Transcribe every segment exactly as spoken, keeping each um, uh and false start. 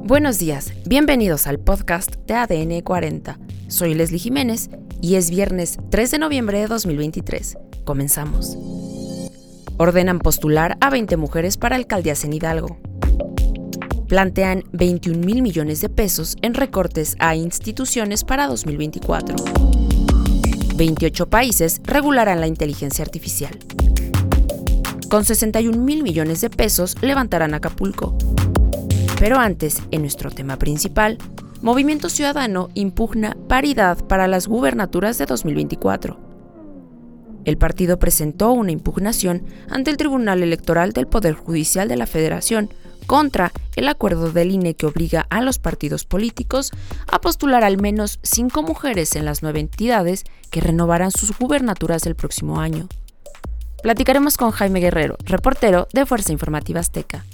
Buenos días, bienvenidos al podcast de A D N cuarenta. Soy Leslie Jiménez y es viernes tres de noviembre de dos mil veintitrés. Comenzamos. Ordenan postular a veinte mujeres para alcaldías en Hidalgo. Plantean veintiún mil millones de pesos en recortes a instituciones para dos mil veinticuatro. veintiocho países regularán la inteligencia artificial. Con sesenta y un mil millones de pesos levantarán Acapulco. Pero antes, en nuestro tema principal, Movimiento Ciudadano impugna paridad para las gubernaturas de dos mil veinticuatro. El partido presentó una impugnación ante el Tribunal Electoral del Poder Judicial de la Federación contra el acuerdo del I N E que obliga a los partidos políticos a postular al menos cinco mujeres en las nueve entidades que renovarán sus gubernaturas el próximo año. Platicaremos con Jaime Guerrero, reportero de Fuerza Informativa Azteca.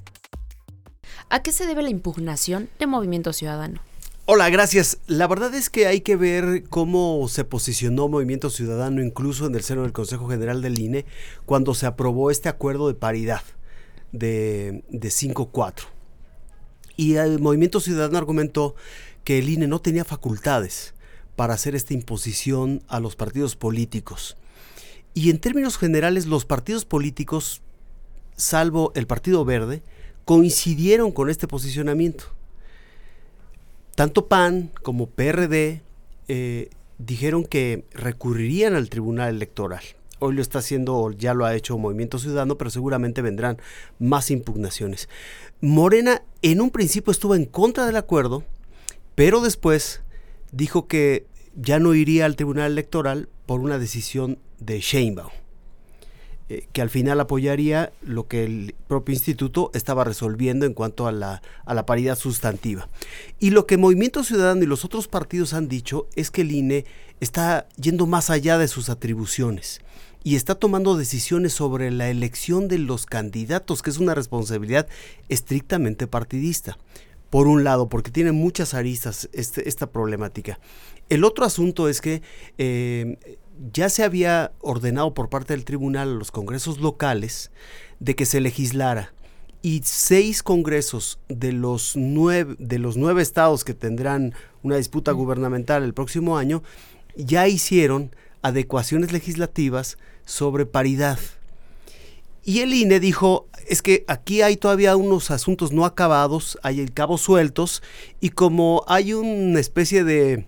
¿A qué se debe la impugnación de Movimiento Ciudadano? Hola, gracias. La verdad es que hay que ver cómo se posicionó Movimiento Ciudadano incluso en el seno del Consejo General del I N E cuando se aprobó este acuerdo de paridad de, de cinco cuatro. Y el Movimiento Ciudadano argumentó que el I N E no tenía facultades para hacer esta imposición a los partidos políticos. Y en términos generales, los partidos políticos, salvo el Partido Verde, coincidieron con este posicionamiento. Tanto P A N como P R D eh, dijeron que recurrirían al Tribunal Electoral. Hoy lo está haciendo, ya lo ha hecho Movimiento Ciudadano, pero seguramente vendrán más impugnaciones. Morena en un principio estuvo en contra del acuerdo, pero después dijo que ya no iría al Tribunal Electoral por una decisión de Sheinbaum, eh, que al final apoyaría lo que el propio instituto estaba resolviendo en cuanto a la, a la paridad sustantiva. Y lo que Movimiento Ciudadano y los otros partidos han dicho es que el I N E está yendo más allá de sus atribuciones y está tomando decisiones sobre la elección de los candidatos, que es una responsabilidad estrictamente partidista. Por un lado, porque tiene muchas aristas este, esta problemática. El otro asunto es que eh, ya se había ordenado por parte del tribunal a los congresos locales de que se legislara, y seis congresos de los nueve, de los nueve estados que tendrán una disputa gubernamental el próximo año ya hicieron adecuaciones legislativas sobre paridad. Y el I N E dijo, es que aquí hay todavía unos asuntos no acabados, hay cabos sueltos, y como hay una especie de,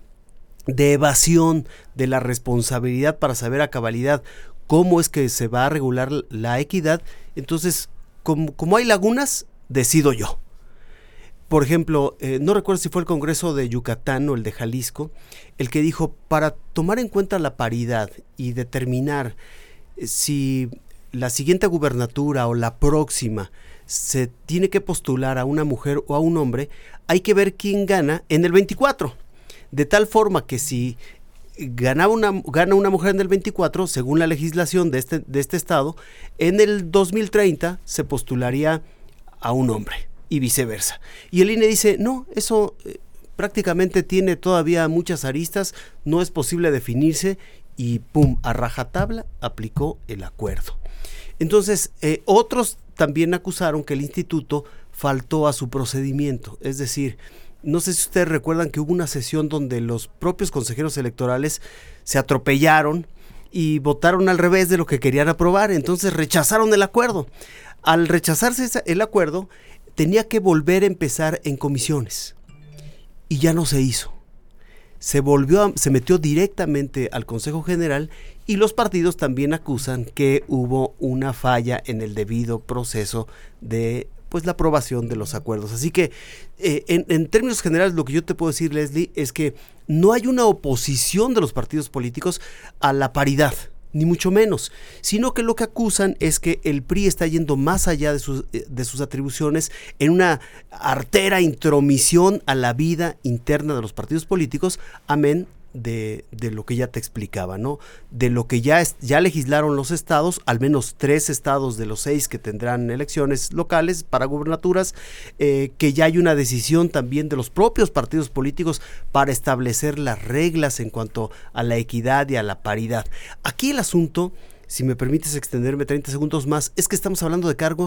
de evasión de la responsabilidad para saber a cabalidad cómo es que se va a regular la equidad, entonces, como, como hay lagunas, decido yo. Por ejemplo, eh, no recuerdo si fue el Congreso de Yucatán o el de Jalisco, el que dijo, para tomar en cuenta la paridad y determinar eh, si la siguiente gubernatura o la próxima se tiene que postular a una mujer o a un hombre, hay que ver quién gana en el veinticuatro. De tal forma que si gana una, gana una mujer en el veinticuatro, según la legislación de este, de este estado, en el dos mil treinta se postularía a un hombre y viceversa. Y el I N E dice, no, eso eh, prácticamente tiene todavía muchas aristas, no es posible definirse, y pum, a rajatabla aplicó el acuerdo. Entonces, eh, otros también acusaron que el instituto faltó a su procedimiento, es decir, no sé si ustedes recuerdan que hubo una sesión donde los propios consejeros electorales se atropellaron y votaron al revés de lo que querían aprobar, entonces rechazaron el acuerdo. Al rechazarse ese, el acuerdo, tenía que volver a empezar en comisiones y ya no se hizo. Se volvió, a, se metió directamente al Consejo General, y los partidos también acusan que hubo una falla en el debido proceso de pues la aprobación de los acuerdos. Así que eh, en, en términos generales lo que yo te puedo decir, Leslie, es que no hay una oposición de los partidos políticos a la paridad, ni mucho menos, sino que lo que acusan es que el P R I está yendo más allá de sus, de sus atribuciones en una artera intromisión a la vida interna de los partidos políticos, amén de, de lo que ya te explicaba, ¿no? De lo que ya, es, ya legislaron los estados, al menos tres estados de los seis que tendrán elecciones locales para gubernaturas, eh, que ya hay una decisión también de los propios partidos políticos para establecer las reglas en cuanto a la equidad y a la paridad. Aquí el asunto, si me permites extenderme treinta segundos más, es que estamos hablando de cargos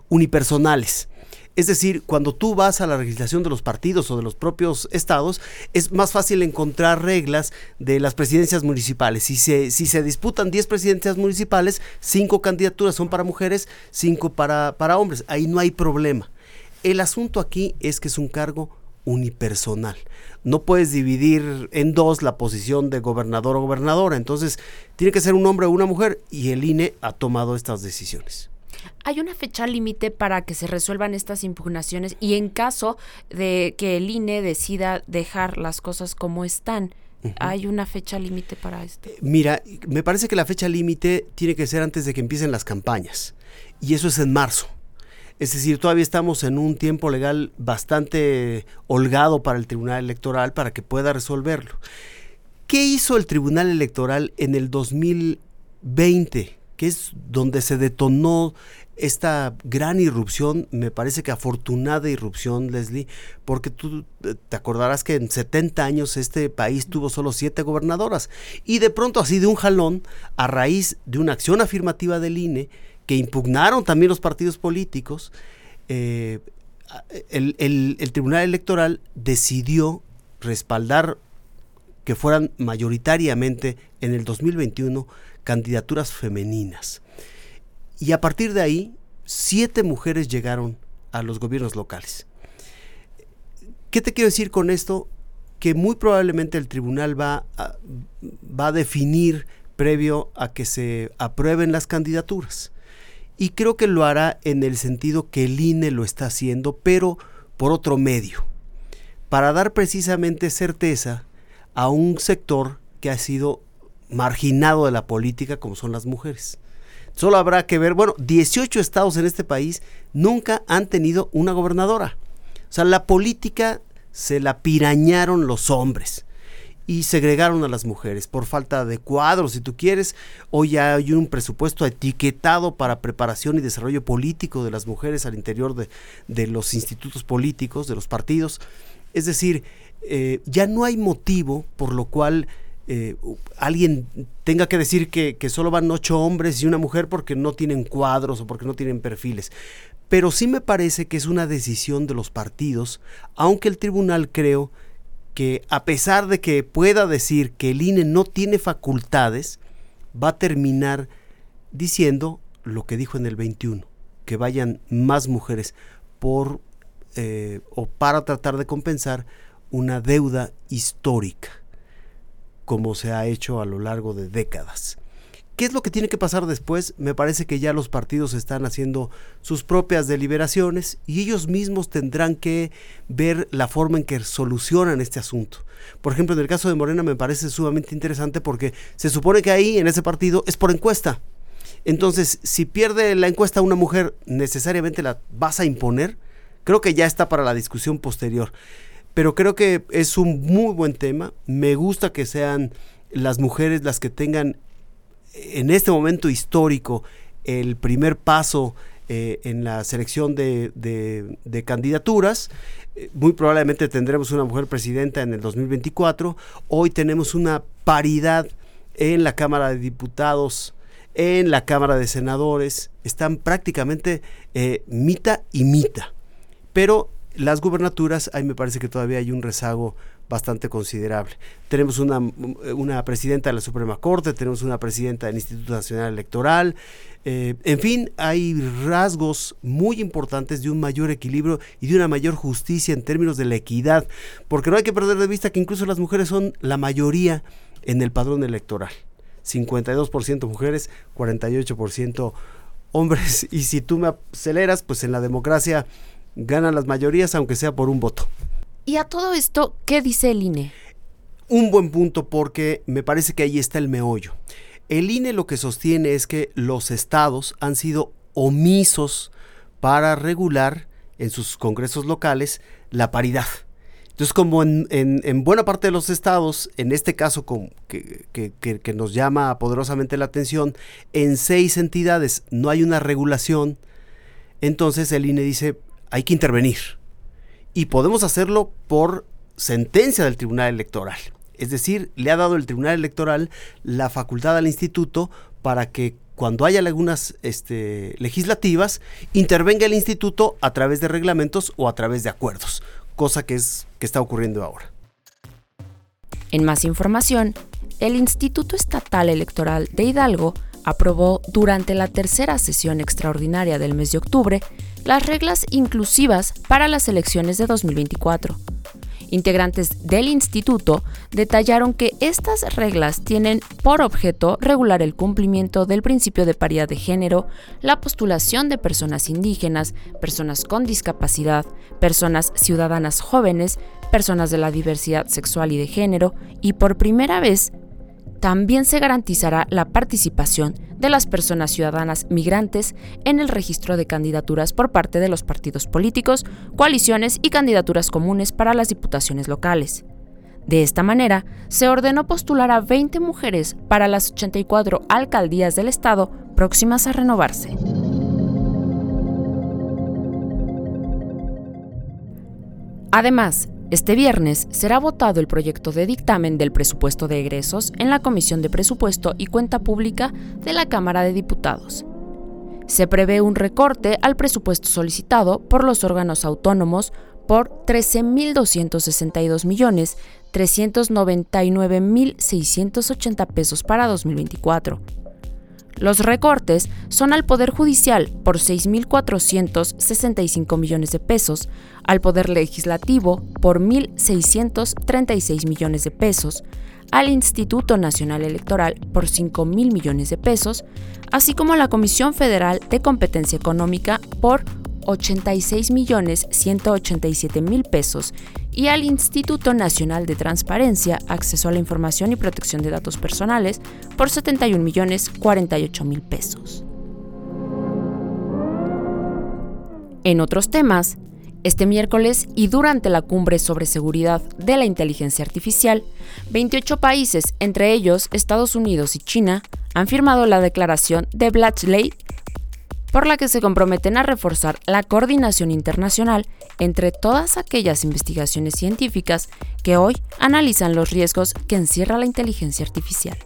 unipersonales. Es decir, cuando tú vas a la legislación de los partidos o de los propios estados, es más fácil encontrar reglas de las presidencias municipales. Si se, si se disputan diez presidencias municipales, cinco candidaturas son para mujeres, cinco para, para hombres. Ahí no hay problema. El asunto aquí es que es un cargo unipersonal. No puedes dividir en dos la posición de gobernador o gobernadora. Entonces, tiene que ser un hombre o una mujer, y el I N E ha tomado estas decisiones. ¿Hay una fecha límite para que se resuelvan estas impugnaciones? Y en caso de que el I N E decida dejar las cosas como están, uh-huh. ¿hay una fecha límite para esto? Mira, me parece que la fecha límite tiene que ser antes de que empiecen las campañas. Y eso es en marzo. Es decir, todavía estamos en un tiempo legal bastante holgado para el Tribunal Electoral para que pueda resolverlo. ¿Qué hizo el Tribunal Electoral en el dos mil veinte? Que es donde se detonó esta gran irrupción, me parece que afortunada irrupción, Leslie, porque tú te acordarás que en setenta años este país tuvo solo siete gobernadoras, y de pronto, así de un jalón, a raíz de una acción afirmativa del I N E, que impugnaron también los partidos políticos, eh, el, el, el Tribunal Electoral decidió respaldar que fueran mayoritariamente en el dos mil veintiuno candidaturas femeninas. Y a partir de ahí, siete mujeres llegaron a los gobiernos locales. ¿Qué te quiero decir con esto? Que muy probablemente el tribunal va a, va a definir previo a que se aprueben las candidaturas. Y creo que lo hará en el sentido que el I N E lo está haciendo, pero por otro medio, para dar precisamente certeza a un sector que ha sido marginado de la política, como son las mujeres. Solo habrá que ver, bueno, dieciocho estados en este país nunca han tenido una gobernadora. O sea, la política se la pirañaron los hombres y segregaron a las mujeres por falta de cuadros, si tú quieres. Hoy ya hay un presupuesto etiquetado para preparación y desarrollo político de las mujeres al interior de, de los institutos políticos, de los partidos. Es decir, eh, ya no hay motivo por lo cual Eh, alguien tenga que decir que, que solo van ocho hombres y una mujer porque no tienen cuadros o porque no tienen perfiles. Pero sí me parece que es una decisión de los partidos, aunque el tribunal, creo que a pesar de que pueda decir que el I N E no tiene facultades, va a terminar diciendo lo que dijo en el veintiuno, que vayan más mujeres por eh, o para tratar de compensar una deuda histórica, como se ha hecho a lo largo de décadas. ¿Qué es lo que tiene que pasar después? Me parece que ya los partidos están haciendo sus propias deliberaciones y ellos mismos tendrán que ver la forma en que solucionan este asunto. Por ejemplo, en el caso de Morena me parece sumamente interesante porque se supone que ahí, en ese partido, es por encuesta. Entonces, si pierde la encuesta una mujer, ¿necesariamente la vas a imponer? Creo que ya está para la discusión posterior. Pero creo que es un muy buen tema. Me gusta que sean las mujeres las que tengan en este momento histórico el primer paso eh, en la selección de, de, de candidaturas. Eh, muy probablemente tendremos una mujer presidenta en el dos mil veinticuatro. Hoy tenemos una paridad en la Cámara de Diputados, en la Cámara de Senadores. Están prácticamente eh, mitad y mitad. Pero las gubernaturas, ahí me parece que todavía hay un rezago bastante considerable. Tenemos una, una presidenta de la Suprema Corte, tenemos una presidenta del Instituto Nacional Electoral, eh, en fin, hay rasgos muy importantes de un mayor equilibrio y de una mayor justicia en términos de la equidad, porque no hay que perder de vista que incluso las mujeres son la mayoría en el padrón electoral. cincuenta y dos por ciento mujeres, cuarenta y ocho por ciento hombres, y si tú me aceleras, pues en la democracia ganan las mayorías, aunque sea por un voto. Y a todo esto, ¿qué dice el I N E? Un buen punto, porque me parece que ahí está el meollo. El I N E lo que sostiene es que los estados han sido omisos para regular en sus congresos locales la paridad. Entonces, como en, en, en buena parte de los estados, en este caso con, que, que, que, que nos llama poderosamente la atención, en seis entidades no hay una regulación, entonces el I N E dice, hay que intervenir. Y podemos hacerlo por sentencia del Tribunal Electoral. Es decir, le ha dado el Tribunal Electoral la facultad al instituto para que cuando haya lagunas este, legislativas, intervenga el instituto a través de reglamentos o a través de acuerdos, cosa que, es, que está ocurriendo ahora. En más información, el Instituto Estatal Electoral de Hidalgo aprobó durante la tercera sesión extraordinaria del mes de octubre las reglas inclusivas para las elecciones de dos mil veinticuatro. Integrantes del instituto detallaron que estas reglas tienen por objeto regular el cumplimiento del principio de paridad de género, la postulación de personas indígenas, personas con discapacidad, personas ciudadanas jóvenes, personas de la diversidad sexual y de género, y por primera vez también se garantizará la participación de las personas ciudadanas migrantes en el registro de candidaturas por parte de los partidos políticos, coaliciones y candidaturas comunes para las diputaciones locales. De esta manera, se ordenó postular a veinte mujeres para las ochenta y cuatro alcaldías del estado próximas a renovarse. Además, este viernes será votado el proyecto de dictamen del presupuesto de egresos en la Comisión de Presupuesto y Cuenta Pública de la Cámara de Diputados. Se prevé un recorte al presupuesto solicitado por los órganos autónomos por trece mil doscientos sesenta y dos millones trescientos noventa y nueve mil seiscientos ochenta pesos para dos mil veinticuatro. Los recortes son al Poder Judicial por seis mil cuatrocientos sesenta y cinco millones de pesos, al Poder Legislativo por mil seiscientos treinta y seis millones de pesos, al Instituto Nacional Electoral por cinco mil millones de pesos, así como a la Comisión Federal de Competencia Económica por ochenta y seis millones ciento ochenta y siete mil pesos y al Instituto Nacional de Transparencia, Acceso a la Información y Protección de Datos Personales por setenta y un millones cuarenta y ocho mil pesos. En otros temas, este miércoles y durante la cumbre sobre seguridad de la inteligencia artificial, veintiocho países, entre ellos Estados Unidos y China, han firmado la declaración de Bletchley, por la que se comprometen a reforzar la coordinación internacional entre todas aquellas investigaciones científicas que hoy analizan los riesgos que encierra la inteligencia artificial.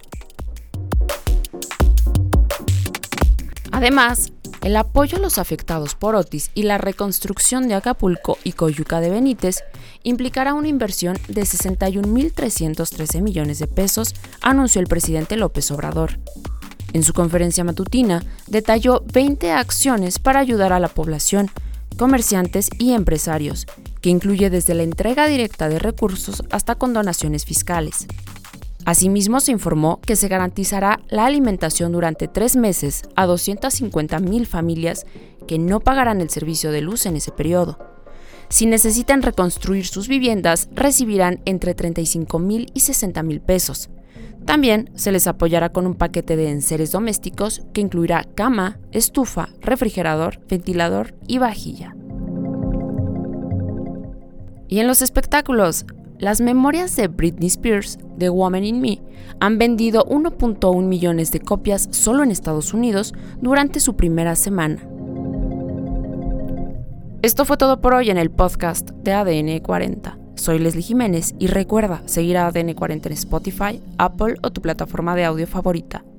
Además, el apoyo a los afectados por Otis y la reconstrucción de Acapulco y Coyuca de Benítez implicará una inversión de sesenta y un mil trescientos trece millones de pesos, anunció el presidente López Obrador. En su conferencia matutina, detalló veinte acciones para ayudar a la población, comerciantes y empresarios, que incluye desde la entrega directa de recursos hasta condonaciones fiscales. Asimismo, se informó que se garantizará la alimentación durante tres meses a doscientas cincuenta mil familias que no pagarán el servicio de luz en ese periodo. Si necesitan reconstruir sus viviendas, recibirán entre treinta y cinco mil y sesenta mil pesos. También se les apoyará con un paquete de enseres domésticos que incluirá cama, estufa, refrigerador, ventilador y vajilla. Y en los espectáculos, las memorias de Britney Spears, The Woman in Me, han vendido uno punto uno millones de copias solo en Estados Unidos durante su primera semana. Esto fue todo por hoy en el podcast de A D N cuarenta. Soy Leslie Jiménez y recuerda seguir a A D N cuarenta en Spotify, Apple o tu plataforma de audio favorita.